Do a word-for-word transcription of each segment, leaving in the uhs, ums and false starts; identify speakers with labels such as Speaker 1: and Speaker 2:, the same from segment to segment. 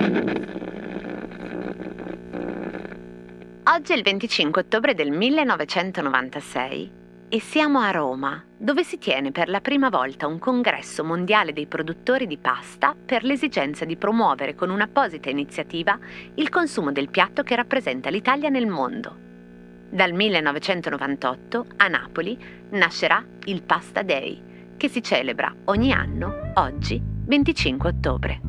Speaker 1: Oggi è il venticinque ottobre del millenovecentonovantasei e siamo a Roma, dove si tiene per la prima volta un congresso mondiale dei produttori di pasta per l'esigenza di promuovere con un'apposita iniziativa il consumo del piatto che rappresenta l'Italia nel mondo. Dal millenovecentonovantotto a Napoli nascerà il Pasta Day, che si celebra ogni anno, oggi, venticinque ottobre.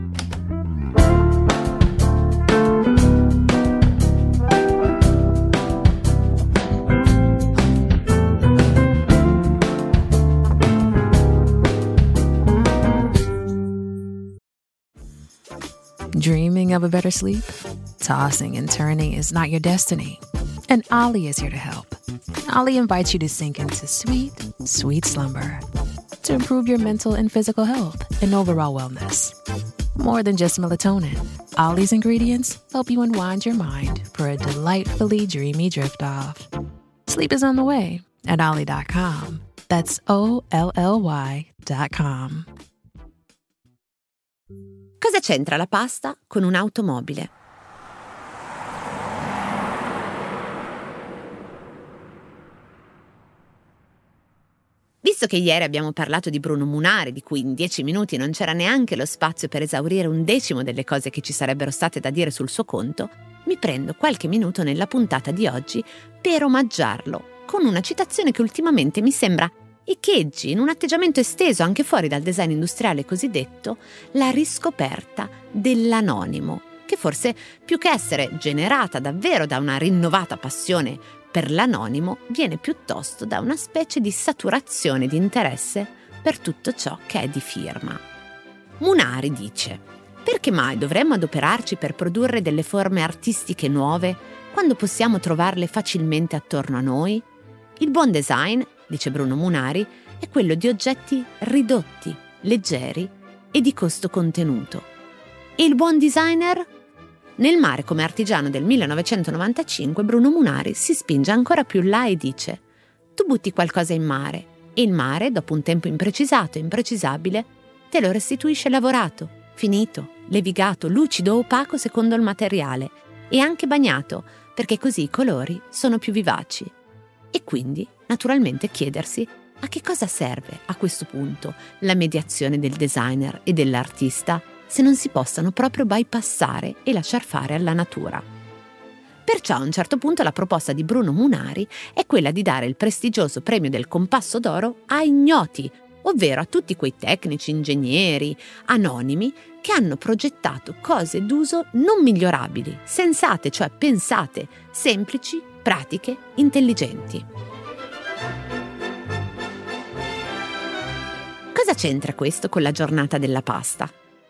Speaker 2: Dreaming of a better sleep? Tossing and turning is not your destiny. And Ollie is here to help. Ollie invites you to sink into sweet, sweet slumber to improve your mental and physical health and overall wellness. More than just melatonin, Ollie's ingredients help you unwind your mind for a delightfully dreamy drift off. Sleep is on the way at ollie dot com. That's O L L Y dot com.
Speaker 1: Cosa c'entra la pasta con un'automobile? Visto che ieri abbiamo parlato di Bruno Munari, di cui in dieci minuti non c'era neanche lo spazio per esaurire un decimo delle cose che ci sarebbero state da dire sul suo conto, mi prendo qualche minuto nella puntata di oggi per omaggiarlo con una citazione che ultimamente mi sembra echeggi, in un atteggiamento esteso anche fuori dal design industriale cosiddetto, la riscoperta dell'anonimo, che forse più che essere generata davvero da una rinnovata passione per l'anonimo, viene piuttosto da una specie di saturazione di interesse per tutto ciò che è di firma. Munari dice: perché mai dovremmo adoperarci per produrre delle forme artistiche nuove quando possiamo trovarle facilmente attorno a noi? Il buon design, dice Bruno Munari, è quello di oggetti ridotti, leggeri e di costo contenuto. E il buon designer? Nel mare come artigiano del millenovecentonovantacinque, Bruno Munari si spinge ancora più là e dice: tu butti qualcosa in mare e il mare, dopo un tempo imprecisato e imprecisabile, te lo restituisce lavorato, finito, levigato, lucido o opaco secondo il materiale e anche bagnato, perché così i colori sono più vivaci. E quindi, naturalmente, chiedersi a che cosa serve a questo punto la mediazione del designer e dell'artista se non si possano proprio bypassare e lasciar fare alla natura. Perciò a un certo punto la proposta di Bruno Munari è quella di dare il prestigioso premio del Compasso d'Oro a ignoti, ovvero a tutti quei tecnici, ingegneri, anonimi che hanno progettato cose d'uso non migliorabili, sensate, cioè pensate, semplici, pratiche, intelligenti. Cosa c'entra questo con la giornata della pasta?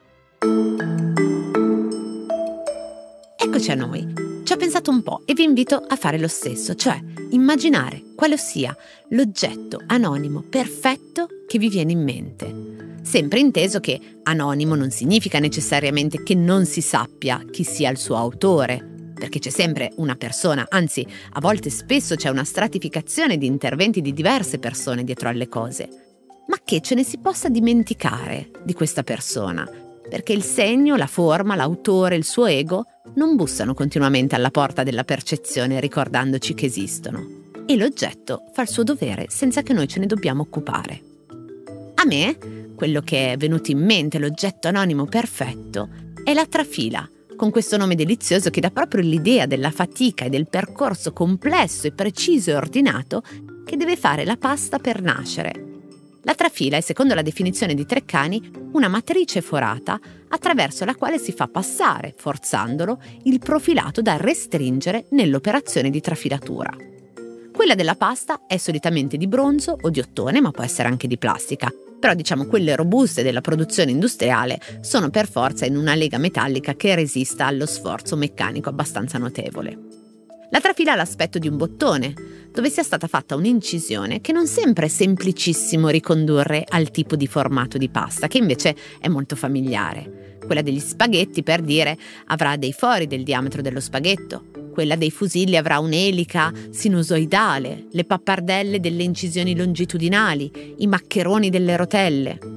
Speaker 1: Eccoci a noi. Ci ho pensato un po' e vi invito a fare lo stesso, cioè immaginare quale sia l'oggetto anonimo perfetto che vi viene in mente. Sempre inteso che anonimo non significa necessariamente che non si sappia chi sia il suo autore, perché c'è sempre una persona, anzi a volte spesso c'è una stratificazione di interventi di diverse persone dietro alle cose, ma che ce ne si possa dimenticare di questa persona, perché il segno, la forma, l'autore, il suo ego non bussano continuamente alla porta della percezione ricordandoci che esistono, e l'oggetto fa il suo dovere senza che noi ce ne dobbiamo occupare. A me, quello che è venuto in mente l'oggetto anonimo perfetto è la trafila, con questo nome delizioso che dà proprio l'idea della fatica e del percorso complesso e preciso e ordinato che deve fare la pasta per nascere. La trafila è, secondo la definizione di Treccani, una matrice forata attraverso la quale si fa passare, forzandolo, il profilato da restringere nell'operazione di trafilatura. Quella della pasta è solitamente di bronzo o di ottone, ma può essere anche di plastica. Però diciamo quelle robuste della produzione industriale sono per forza in una lega metallica che resista allo sforzo meccanico abbastanza notevole. La trafila ha l'aspetto di un bottone, dove sia stata fatta un'incisione che non sempre è semplicissimo ricondurre al tipo di formato di pasta, che invece è molto familiare. Quella degli spaghetti, per dire, avrà dei fori del diametro dello spaghetto, quella dei fusilli avrà un'elica sinusoidale, le pappardelle delle incisioni longitudinali, i maccheroni delle rotelle.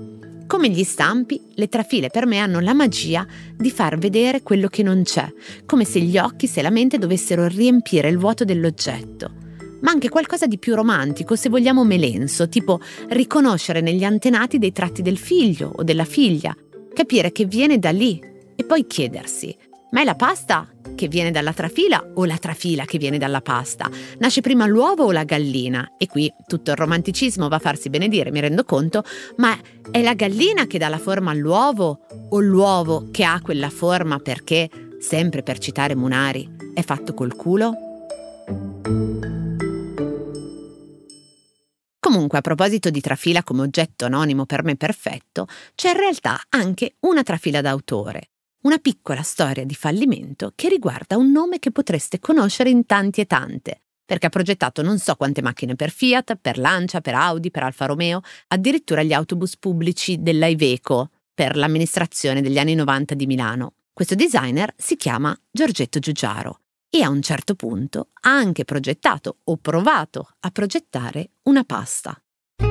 Speaker 1: Come gli stampi, le trafile per me hanno la magia di far vedere quello che non c'è, come se gli occhi e la mente dovessero riempire il vuoto dell'oggetto. Ma anche qualcosa di più romantico, se vogliamo melenso, tipo riconoscere negli antenati dei tratti del figlio o della figlia, capire che viene da lì e poi chiedersi: ma è la pasta che viene dalla trafila o la trafila che viene dalla pasta? Nasce prima l'uovo o la gallina? E qui tutto il romanticismo va a farsi benedire, mi rendo conto, ma è la gallina che dà la forma all'uovo o l'uovo che ha quella forma perché, sempre per citare Munari, è fatto col culo? Comunque, a proposito di trafila come oggetto anonimo per me perfetto, c'è in realtà anche una trafila d'autore. Una piccola storia di fallimento che riguarda un nome che potreste conoscere in tanti e tante, perché ha progettato non so quante macchine per Fiat, per Lancia, per Audi, per Alfa Romeo, addirittura gli autobus pubblici della Iveco, per l'amministrazione degli anni novanta di Milano. Questo designer si chiama Giorgetto Giugiaro e a un certo punto ha anche progettato o provato a progettare una pasta.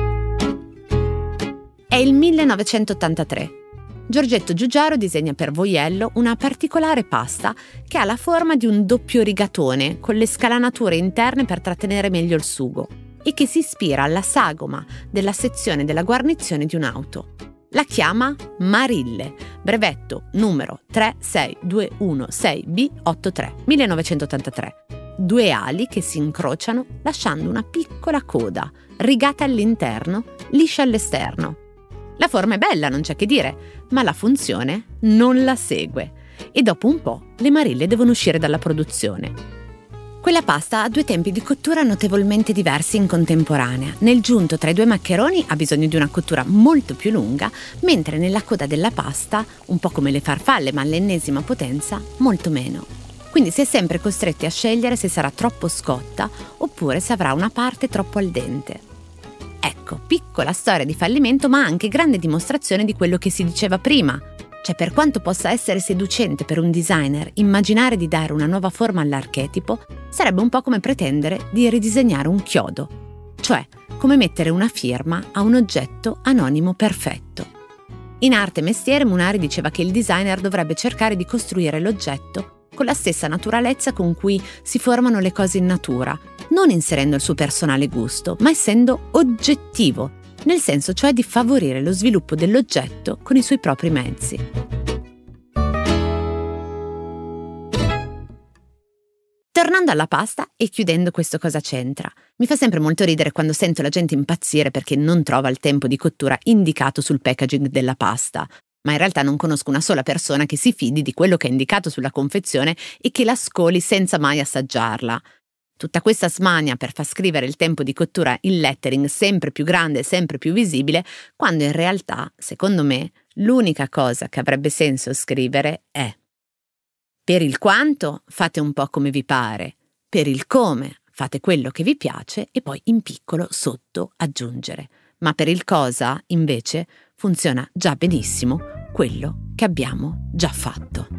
Speaker 1: È il millenovecentottantatré. Giorgetto Giugiaro disegna per Voiello una particolare pasta che ha la forma di un doppio rigatone con le scalanature interne per trattenere meglio il sugo e che si ispira alla sagoma della sezione della guarnizione di un'auto. La chiama Marille, brevetto numero tre sei due uno sei B ottantatré, millenovecentottantatré. Due ali che si incrociano lasciando una piccola coda, rigata all'interno, liscia all'esterno. La forma è bella, non c'è che dire, ma la funzione non la segue e dopo un po' le Marille devono uscire dalla produzione. Quella pasta ha due tempi di cottura notevolmente diversi in contemporanea. Nel giunto tra i due maccheroni ha bisogno di una cottura molto più lunga, mentre nella coda della pasta, un po' come le farfalle ma all'ennesima potenza, molto meno. Quindi si è sempre costretti a scegliere se sarà troppo scotta oppure se avrà una parte troppo al dente. Ecco, piccola storia di fallimento ma anche grande dimostrazione di quello che si diceva prima. Cioè, per quanto possa essere seducente per un designer immaginare di dare una nuova forma all'archetipo, sarebbe un po' come pretendere di ridisegnare un chiodo, cioè come mettere una firma a un oggetto anonimo perfetto. In Arte e Mestiere Munari diceva che il designer dovrebbe cercare di costruire l'oggetto con la stessa naturalezza con cui si formano le cose in natura, non inserendo il suo personale gusto, ma essendo oggettivo, nel senso cioè di favorire lo sviluppo dell'oggetto con i suoi propri mezzi. Tornando alla pasta e chiudendo questo cosa c'entra, mi fa sempre molto ridere quando sento la gente impazzire perché non trova il tempo di cottura indicato sul packaging della pasta, ma in realtà non conosco una sola persona che si fidi di quello che è indicato sulla confezione e che la scoli senza mai assaggiarla. Tutta questa smania per far scrivere il tempo di cottura in lettering sempre più grande e sempre più visibile, quando in realtà, secondo me, l'unica cosa che avrebbe senso scrivere è: per il quanto fate un po' come vi pare, per il come fate quello che vi piace e poi in piccolo sotto aggiungere. Ma per il cosa, invece, funziona già benissimo quello che abbiamo già fatto.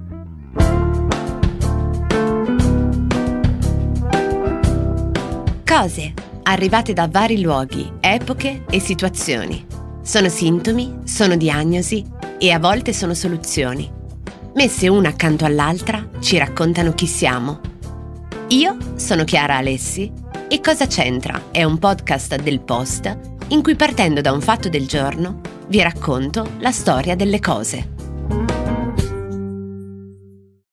Speaker 1: Cose arrivate da vari luoghi, epoche e situazioni. Sono sintomi, sono diagnosi e a volte sono soluzioni. Messe una accanto all'altra ci raccontano chi siamo. Io sono Chiara Alessi e Cosa c'entra è un podcast del Post in cui, partendo da un fatto del giorno, vi racconto la storia delle cose.